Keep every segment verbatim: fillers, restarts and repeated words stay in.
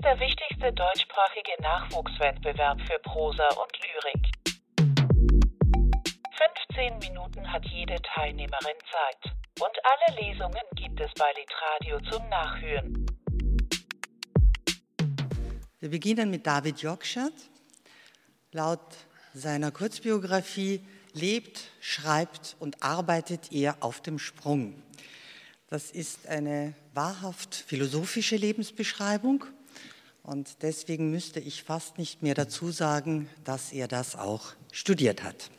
der wichtigste deutschsprachige Nachwuchswettbewerb für Prosa und Lyrik. fünfzehn Minuten hat jede Teilnehmerin Zeit. Und alle Lesungen gibt es bei Litradio zum Nachhören. Wir beginnen mit David Jokschat. Laut seiner Kurzbiografie lebt, schreibt und arbeitet er auf dem Sprung. Das ist eine wahrhaft philosophische Lebensbeschreibung und deswegen müsste ich fast nicht mehr dazu sagen, dass er das auch studiert hat.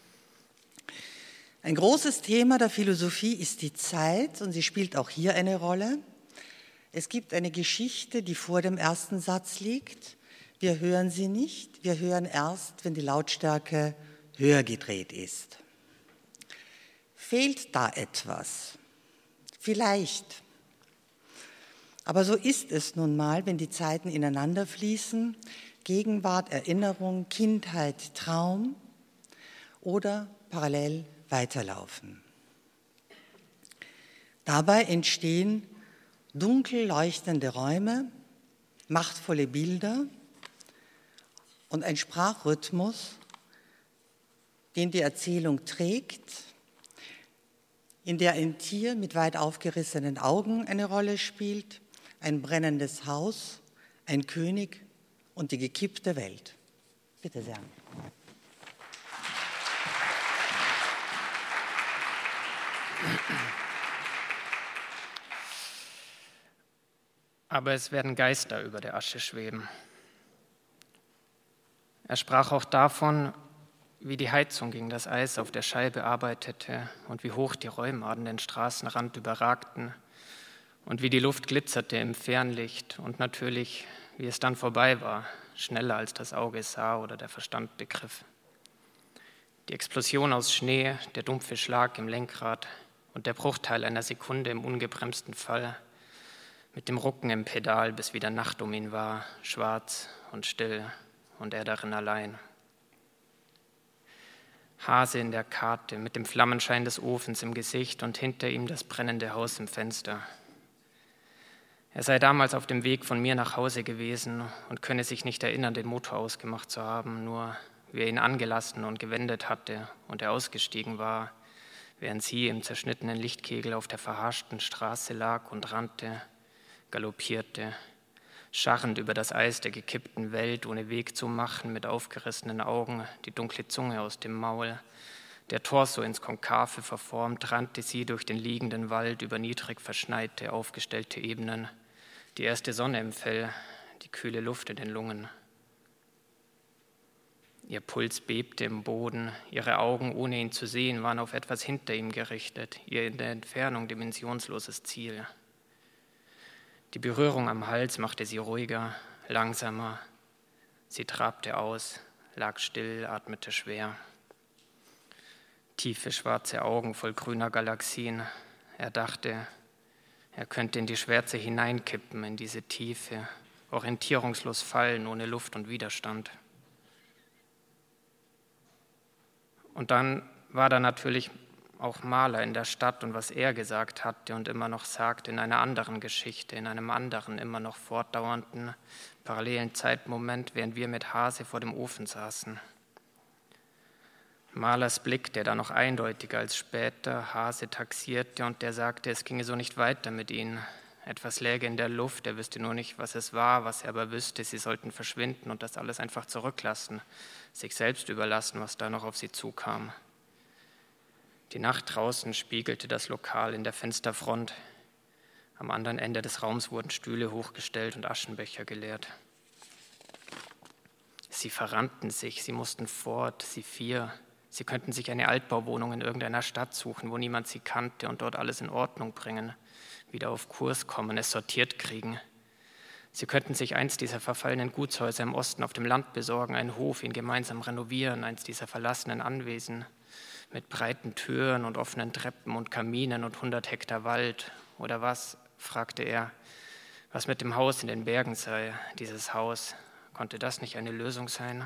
Ein großes Thema der Philosophie ist die Zeit und sie spielt auch hier eine Rolle. Es gibt eine Geschichte, die vor dem ersten Satz liegt. Wir hören sie nicht, wir hören erst, wenn die Lautstärke höher gedreht ist. Fehlt da etwas? Vielleicht. Aber so ist es nun mal, wenn die Zeiten ineinander fließen, Gegenwart, Erinnerung, Kindheit, Traum oder parallel weiterlaufen. Dabei entstehen dunkel leuchtende Räume, machtvolle Bilder und ein Sprachrhythmus, den die Erzählung trägt, in der ein Tier mit weit aufgerissenen Augen eine Rolle spielt, ein brennendes Haus, ein König und die gekippte Welt. Bitte sehr. Aber es werden Geister über der Asche schweben. Er sprach auch davon, wie die Heizung gegen das Eis auf der Scheibe arbeitete und wie hoch die Räume den Straßenrand überragten und wie die Luft glitzerte im Fernlicht und natürlich, wie es dann vorbei war, schneller als das Auge sah oder der Verstand begriff. Die Explosion aus Schnee, der dumpfe Schlag im Lenkrad und der Bruchteil einer Sekunde im ungebremsten Fall, mit dem Rucken im Pedal, bis wieder Nacht um ihn war, schwarz und still und er darin allein. Hase in der Karte, mit dem Flammenschein des Ofens im Gesicht und hinter ihm das brennende Haus im Fenster. Er sei damals auf dem Weg von mir nach Hause gewesen und könne sich nicht erinnern, den Motor ausgemacht zu haben, nur wie er ihn angelassen und gewendet hatte und er ausgestiegen war, während sie im zerschnittenen Lichtkegel auf der verharschten Straße lag und rannte, galoppierte, scharrend über das Eis der gekippten Welt, ohne Weg zu machen, mit aufgerissenen Augen, die dunkle Zunge aus dem Maul. Der Torso ins Konkave verformt, rannte sie durch den liegenden Wald über niedrig verschneite, aufgestellte Ebenen, die erste Sonne im Fell, die kühle Luft in den Lungen. Ihr Puls bebte im Boden, ihre Augen, ohne ihn zu sehen, waren auf etwas hinter ihm gerichtet, ihr in der Entfernung dimensionsloses Ziel. Die Berührung am Hals machte sie ruhiger, langsamer. Sie trabte aus, lag still, atmete schwer. Tiefe schwarze Augen voll grüner Galaxien. Er dachte, er könnte in die Schwärze hineinkippen, in diese Tiefe, orientierungslos fallen, ohne Luft und Widerstand. Und dann war da natürlich auch Mahler in der Stadt und was er gesagt hatte und immer noch sagte in einer anderen Geschichte, in einem anderen, immer noch fortdauernden, parallelen Zeitmoment, während wir mit Hase vor dem Ofen saßen. Mahlers Blick, der da noch eindeutiger als später Hase taxierte und der sagte, es ginge so nicht weiter mit ihnen. Etwas läge in der Luft, er wüsste nur nicht, was es war, was er aber wüsste, sie sollten verschwinden und das alles einfach zurücklassen, sich selbst überlassen, was da noch auf sie zukam. Die Nacht draußen spiegelte das Lokal in der Fensterfront. Am anderen Ende des Raums wurden Stühle hochgestellt und Aschenbecher geleert. Sie verrannten sich, sie mussten fort, sie vier. Sie könnten sich eine Altbauwohnung in irgendeiner Stadt suchen, wo niemand sie kannte und dort alles in Ordnung bringen, wieder auf Kurs kommen, es sortiert kriegen. Sie könnten sich eins dieser verfallenen Gutshäuser im Osten auf dem Land besorgen, einen Hof, ihn gemeinsam renovieren, eins dieser verlassenen Anwesen mit breiten Türen und offenen Treppen und Kaminen und hundert Hektar Wald. Oder was, fragte er, was mit dem Haus in den Bergen sei, dieses Haus. Konnte das nicht eine Lösung sein?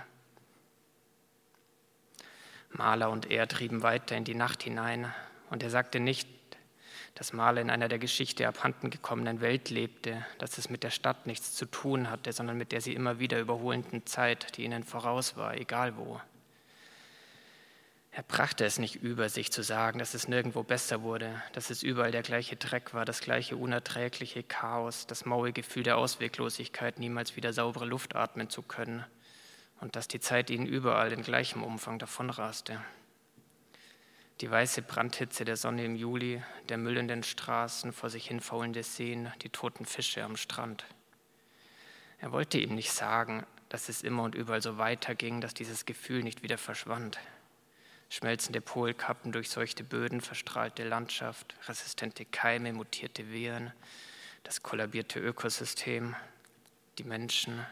Mahler und er trieben weiter in die Nacht hinein und er sagte nicht, das Maler in einer der Geschichte abhanden gekommenen Welt lebte, dass es mit der Stadt nichts zu tun hatte, sondern mit der sie immer wieder überholenden Zeit, die ihnen voraus war, egal wo. Er brachte es nicht über sich zu sagen, dass es nirgendwo besser wurde, dass es überall der gleiche Dreck war, das gleiche unerträgliche Chaos, das maue Gefühl der Ausweglosigkeit, niemals wieder saubere Luft atmen zu können und dass die Zeit ihnen überall in gleichem Umfang davonraste. Die weiße Brandhitze der Sonne im Juli, der Müll in den Straßen, vor sich hin faulende Seen, die toten Fische am Strand. Er wollte ihm nicht sagen, dass es immer und überall so weiterging, dass dieses Gefühl nicht wieder verschwand. Schmelzende Polkappen, durchseuchte Böden, verstrahlte Landschaft, resistente Keime, mutierte Viren, das kollabierte Ökosystem, die Menschen.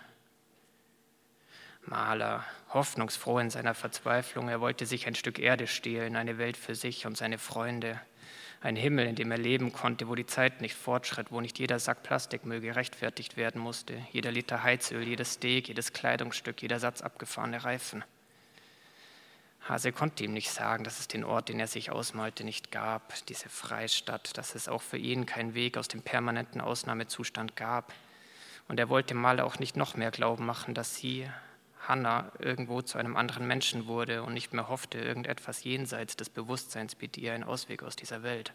Maler, hoffnungsfroh in seiner Verzweiflung, er wollte sich ein Stück Erde stehlen, eine Welt für sich und seine Freunde, ein Himmel, in dem er leben konnte, wo die Zeit nicht fortschritt, wo nicht jeder Sack Plastikmüll gerechtfertigt werden musste, jeder Liter Heizöl, jedes Steak, jedes Kleidungsstück, jeder Satz abgefahrene Reifen. Hase konnte ihm nicht sagen, dass es den Ort, den er sich ausmalte, nicht gab, diese Freistadt, dass es auch für ihn keinen Weg aus dem permanenten Ausnahmezustand gab. Und er wollte Maler auch nicht noch mehr Glauben machen, dass sie, Hannah, irgendwo zu einem anderen Menschen wurde und nicht mehr hoffte, irgendetwas jenseits des Bewusstseins biete ihr einen Ausweg aus dieser Welt.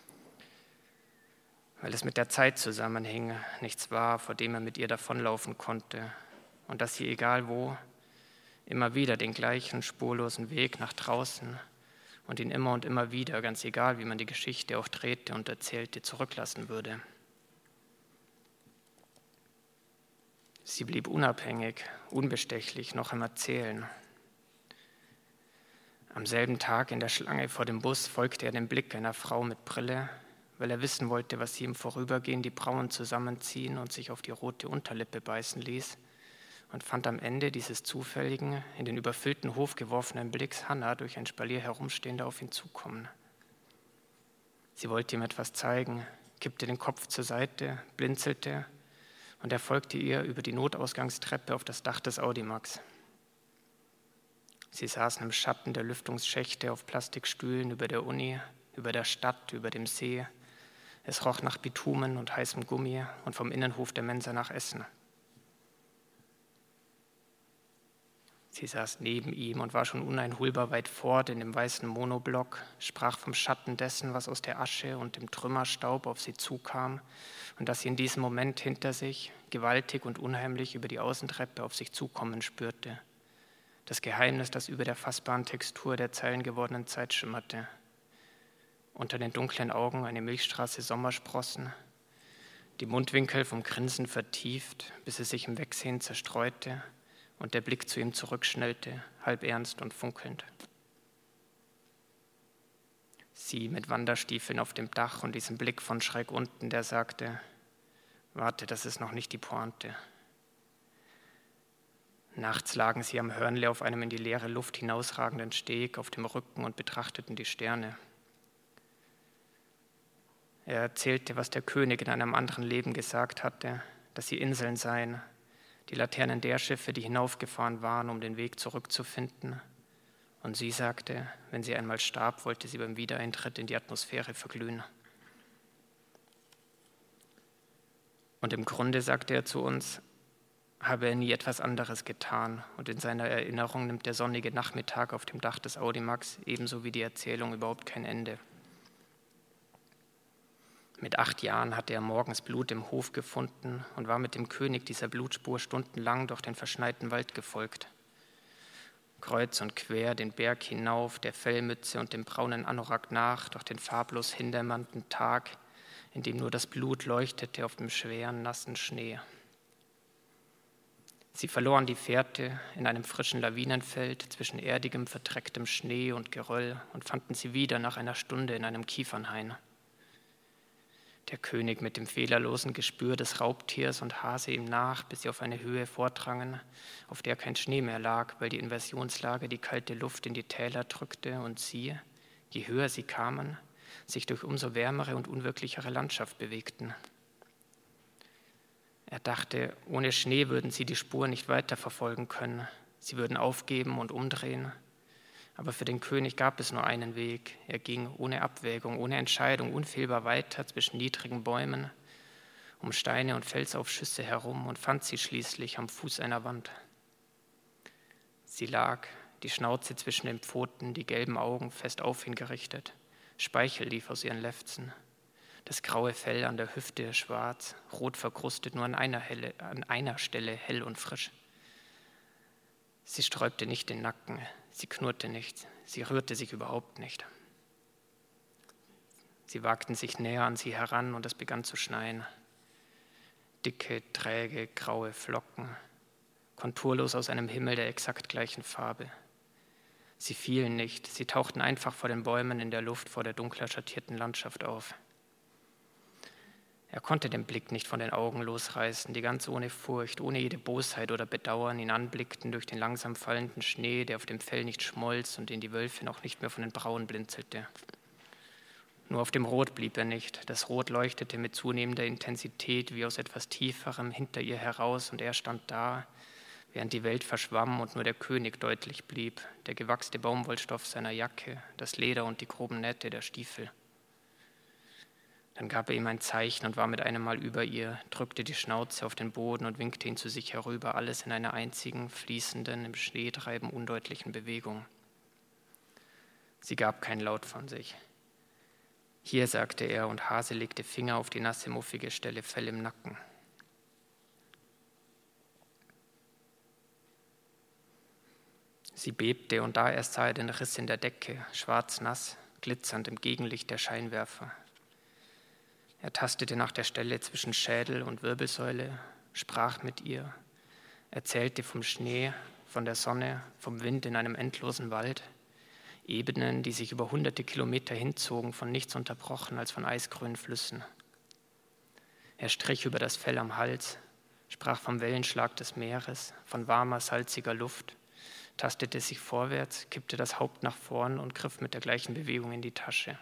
Weil es mit der Zeit zusammenhing, nichts war, vor dem er mit ihr davonlaufen konnte und dass sie, egal wo, immer wieder den gleichen spurlosen Weg nach draußen und ihn immer und immer wieder, ganz egal, wie man die Geschichte auch drehte und erzählte, zurücklassen würde. Sie blieb unabhängig, unbestechlich, noch im Erzählen. Am selben Tag in der Schlange vor dem Bus folgte er dem Blick einer Frau mit Brille, weil er wissen wollte, was sie im Vorübergehen die Brauen zusammenziehen und sich auf die rote Unterlippe beißen ließ, und fand am Ende dieses zufälligen, in den überfüllten Hof geworfenen Blicks Hannah durch ein Spalier herumstehende auf ihn zukommen. Sie wollte ihm etwas zeigen, kippte den Kopf zur Seite, blinzelte und er folgte ihr über die Notausgangstreppe auf das Dach des Audimax. Sie saßen im Schatten der Lüftungsschächte auf Plastikstühlen über der Uni, über der Stadt, über dem See. Es roch nach Bitumen und heißem Gummi und vom Innenhof der Mensa nach Essen. Sie saß neben ihm und war schon uneinholbar weit fort in dem weißen Monoblock, sprach vom Schatten dessen, was aus der Asche und dem Trümmerstaub auf sie zukam und das sie in diesem Moment hinter sich, gewaltig und unheimlich über die Außentreppe auf sich zukommen spürte. Das Geheimnis, das über der fassbaren Textur der Zeilen gewordenen Zeit schimmerte. Unter den dunklen Augen eine Milchstraße Sommersprossen, die Mundwinkel vom Grinsen vertieft, bis es sich im Wegsehen zerstreute, und der Blick zu ihm zurückschnellte, halb ernst und funkelnd. Sie mit Wanderstiefeln auf dem Dach und diesem Blick von schräg unten, der sagte, warte, das ist noch nicht die Pointe. Nachts lagen sie am Hörnle auf einem in die leere Luft hinausragenden Steg auf dem Rücken und betrachteten die Sterne. Er erzählte, was der König in einem anderen Leben gesagt hatte, dass sie Inseln seien, die Laternen der Schiffe, die hinaufgefahren waren, um den Weg zurückzufinden. Und sie sagte, wenn sie einmal starb, wollte sie beim Wiedereintritt in die Atmosphäre verglühen. Und im Grunde, sagte er zu uns, habe er nie etwas anderes getan. Und in seiner Erinnerung nimmt der sonnige Nachmittag auf dem Dach des Audimax ebenso wie die Erzählung überhaupt kein Ende. Mit acht Jahren hatte er morgens Blut im Hof gefunden und war mit dem König dieser Blutspur stundenlang durch den verschneiten Wald gefolgt. Kreuz und quer den Berg hinauf, der Fellmütze und dem braunen Anorak nach, durch den farblos hindämmernden Tag, in dem nur das Blut leuchtete auf dem schweren, nassen Schnee. Sie verloren die Fährte in einem frischen Lawinenfeld zwischen erdigem, verdrecktem Schnee und Geröll und fanden sie wieder nach einer Stunde in einem Kiefernhain. Der König mit dem fehlerlosen Gespür des Raubtiers und Hase ihm nach, bis sie auf eine Höhe vordrangen, auf der kein Schnee mehr lag, weil die Inversionslage die kalte Luft in die Täler drückte und sie, je höher sie kamen, sich durch umso wärmere und unwirklichere Landschaft bewegten. Er dachte, ohne Schnee würden sie die Spur nicht weiterverfolgen können. Sie würden aufgeben und umdrehen. Aber für den König gab es nur einen Weg. Er ging ohne Abwägung, ohne Entscheidung, unfehlbar weiter zwischen niedrigen Bäumen, um Steine und Felsaufschüsse herum und fand sie schließlich am Fuß einer Wand. Sie lag, die Schnauze zwischen den Pfoten, die gelben Augen fest auf ihn gerichtet. Speichel lief aus ihren Lefzen. Das graue Fell an der Hüfte schwarz, rot verkrustet, nur an einer, helle, an einer Stelle hell und frisch. Sie sträubte nicht den Nacken, sie knurrte nicht, sie rührte sich überhaupt nicht. Sie wagten sich näher an sie heran und es begann zu schneien. Dicke, träge, graue Flocken, konturlos aus einem Himmel der exakt gleichen Farbe. Sie fielen nicht, sie tauchten einfach vor den Bäumen in der Luft vor der dunkler schattierten Landschaft auf. Er konnte den Blick nicht von den Augen losreißen, die ganz ohne Furcht, ohne jede Bosheit oder Bedauern ihn anblickten durch den langsam fallenden Schnee, der auf dem Fell nicht schmolz und den die Wölfe noch nicht mehr von den Brauen blinzelte. Nur auf dem Rot blieb er nicht. Das Rot leuchtete mit zunehmender Intensität wie aus etwas Tieferem hinter ihr heraus und er stand da, während die Welt verschwamm und nur der König deutlich blieb, der gewachste Baumwollstoff seiner Jacke, das Leder und die groben Nähte der Stiefel. Dann gab er ihm ein Zeichen und war mit einem Mal über ihr, drückte die Schnauze auf den Boden und winkte ihn zu sich herüber, alles in einer einzigen, fließenden, im Schneetreiben undeutlichen Bewegung. Sie gab keinen Laut von sich. Hier, sagte er, und Hase legte Finger auf die nasse, muffige Stelle Fell im Nacken. Sie bebte und da erst sah er den Riss in der Decke, schwarz-nass, glitzernd im Gegenlicht der Scheinwerfer. Er tastete nach der Stelle zwischen Schädel und Wirbelsäule, sprach mit ihr, erzählte vom Schnee, von der Sonne, vom Wind in einem endlosen Wald, Ebenen, die sich über hunderte Kilometer hinzogen, von nichts unterbrochen als von eisgrünen Flüssen. Er strich über das Fell am Hals, sprach vom Wellenschlag des Meeres, von warmer, salziger Luft, tastete sich vorwärts, kippte das Haupt nach vorn und griff mit der gleichen Bewegung in die Tasche.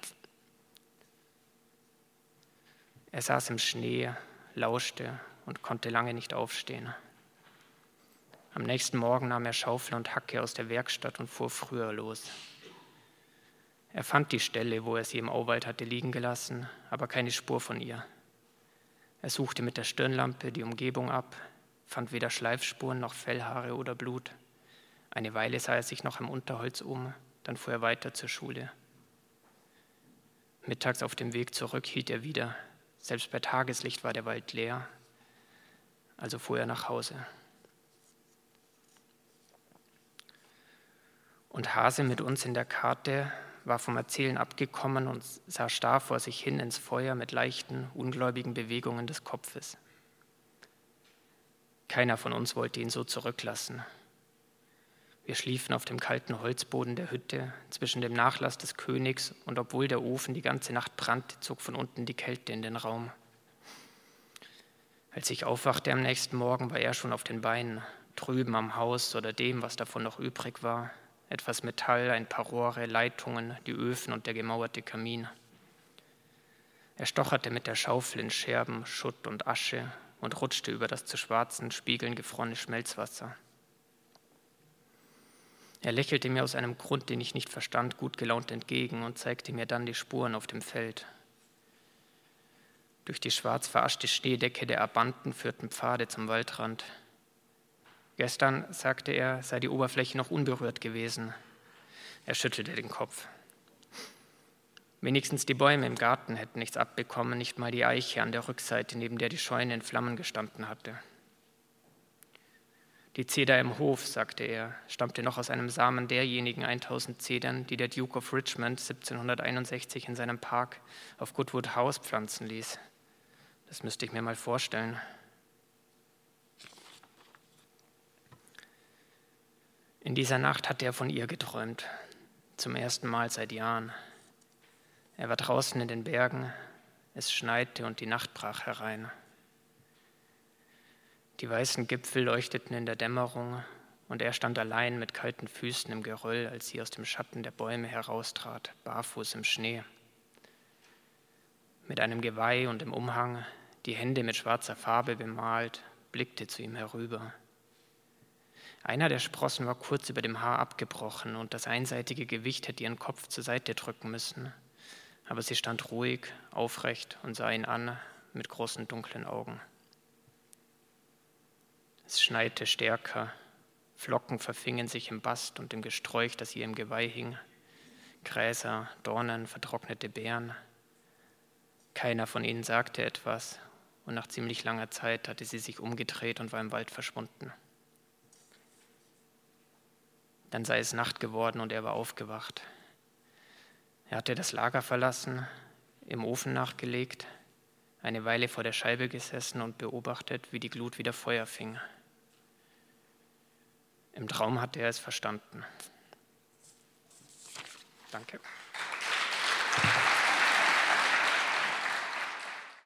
Er saß im Schnee, lauschte und konnte lange nicht aufstehen. Am nächsten Morgen nahm er Schaufel und Hacke aus der Werkstatt und fuhr früher los. Er fand die Stelle, wo er sie im Auwald hatte liegen gelassen, aber keine Spur von ihr. Er suchte mit der Stirnlampe die Umgebung ab, fand weder Schleifspuren noch Fellhaare oder Blut. Eine Weile sah er sich noch im Unterholz um, dann fuhr er weiter zur Schule. Mittags auf dem Weg zurück hielt er wieder. Selbst bei Tageslicht war der Wald leer, also fuhr er nach Hause. Und Hase mit uns in der Karte war vom Erzählen abgekommen und sah starr vor sich hin ins Feuer mit leichten, ungläubigen Bewegungen des Kopfes. Keiner von uns wollte ihn so zurücklassen. Wir schliefen auf dem kalten Holzboden der Hütte zwischen dem Nachlass des Königs und obwohl der Ofen die ganze Nacht brannte, zog von unten die Kälte in den Raum. Als ich aufwachte am nächsten Morgen, war er schon auf den Beinen, drüben am Haus oder dem, was davon noch übrig war. Etwas Metall, ein paar Rohre, Leitungen, die Öfen und der gemauerte Kamin. Er stocherte mit der Schaufel in Scherben, Schutt und Asche und rutschte über das zu schwarzen Spiegeln gefrorene Schmelzwasser. Er lächelte mir aus einem Grund, den ich nicht verstand, gut gelaunt entgegen und zeigte mir dann die Spuren auf dem Feld. Durch die schwarz veraschte Schneedecke der Abanten führten Pfade zum Waldrand. Gestern, sagte er, sei die Oberfläche noch unberührt gewesen. Er schüttelte den Kopf. Wenigstens die Bäume im Garten hätten nichts abbekommen, nicht mal die Eiche an der Rückseite, neben der die Scheune in Flammen gestanden hatte. Die Zeder im Hof, sagte er, stammte noch aus einem Samen derjenigen tausend Zedern, die der Duke of Richmond siebzehnhunderteinundsechzig in seinem Park auf Goodwood House pflanzen ließ. Das müsste ich mir mal vorstellen. In dieser Nacht hatte er von ihr geträumt, zum ersten Mal seit Jahren. Er war draußen in den Bergen, es schneite und die Nacht brach herein. Die weißen Gipfel leuchteten in der Dämmerung und er stand allein mit kalten Füßen im Geröll, als sie aus dem Schatten der Bäume heraustrat, barfuß im Schnee. Mit einem Geweih und im Umhang, die Hände mit schwarzer Farbe bemalt, blickte zu ihm herüber. Einer der Sprossen war kurz über dem Haar abgebrochen und das einseitige Gewicht hätte ihren Kopf zur Seite drücken müssen. Aber sie stand ruhig, aufrecht und sah ihn an mit großen dunklen Augen. Es schneite stärker, Flocken verfingen sich im Bast und im Gesträuch, das ihr im Geweih hing. Gräser, Dornen, vertrocknete Beeren. Keiner von ihnen sagte etwas und nach ziemlich langer Zeit hatte sie sich umgedreht und war im Wald verschwunden. Dann sei es Nacht geworden und er war aufgewacht. Er hatte das Lager verlassen, im Ofen nachgelegt, eine Weile vor der Scheibe gesessen und beobachtet, wie die Glut wieder Feuer fing. Im Traum hatte er es verstanden. Danke.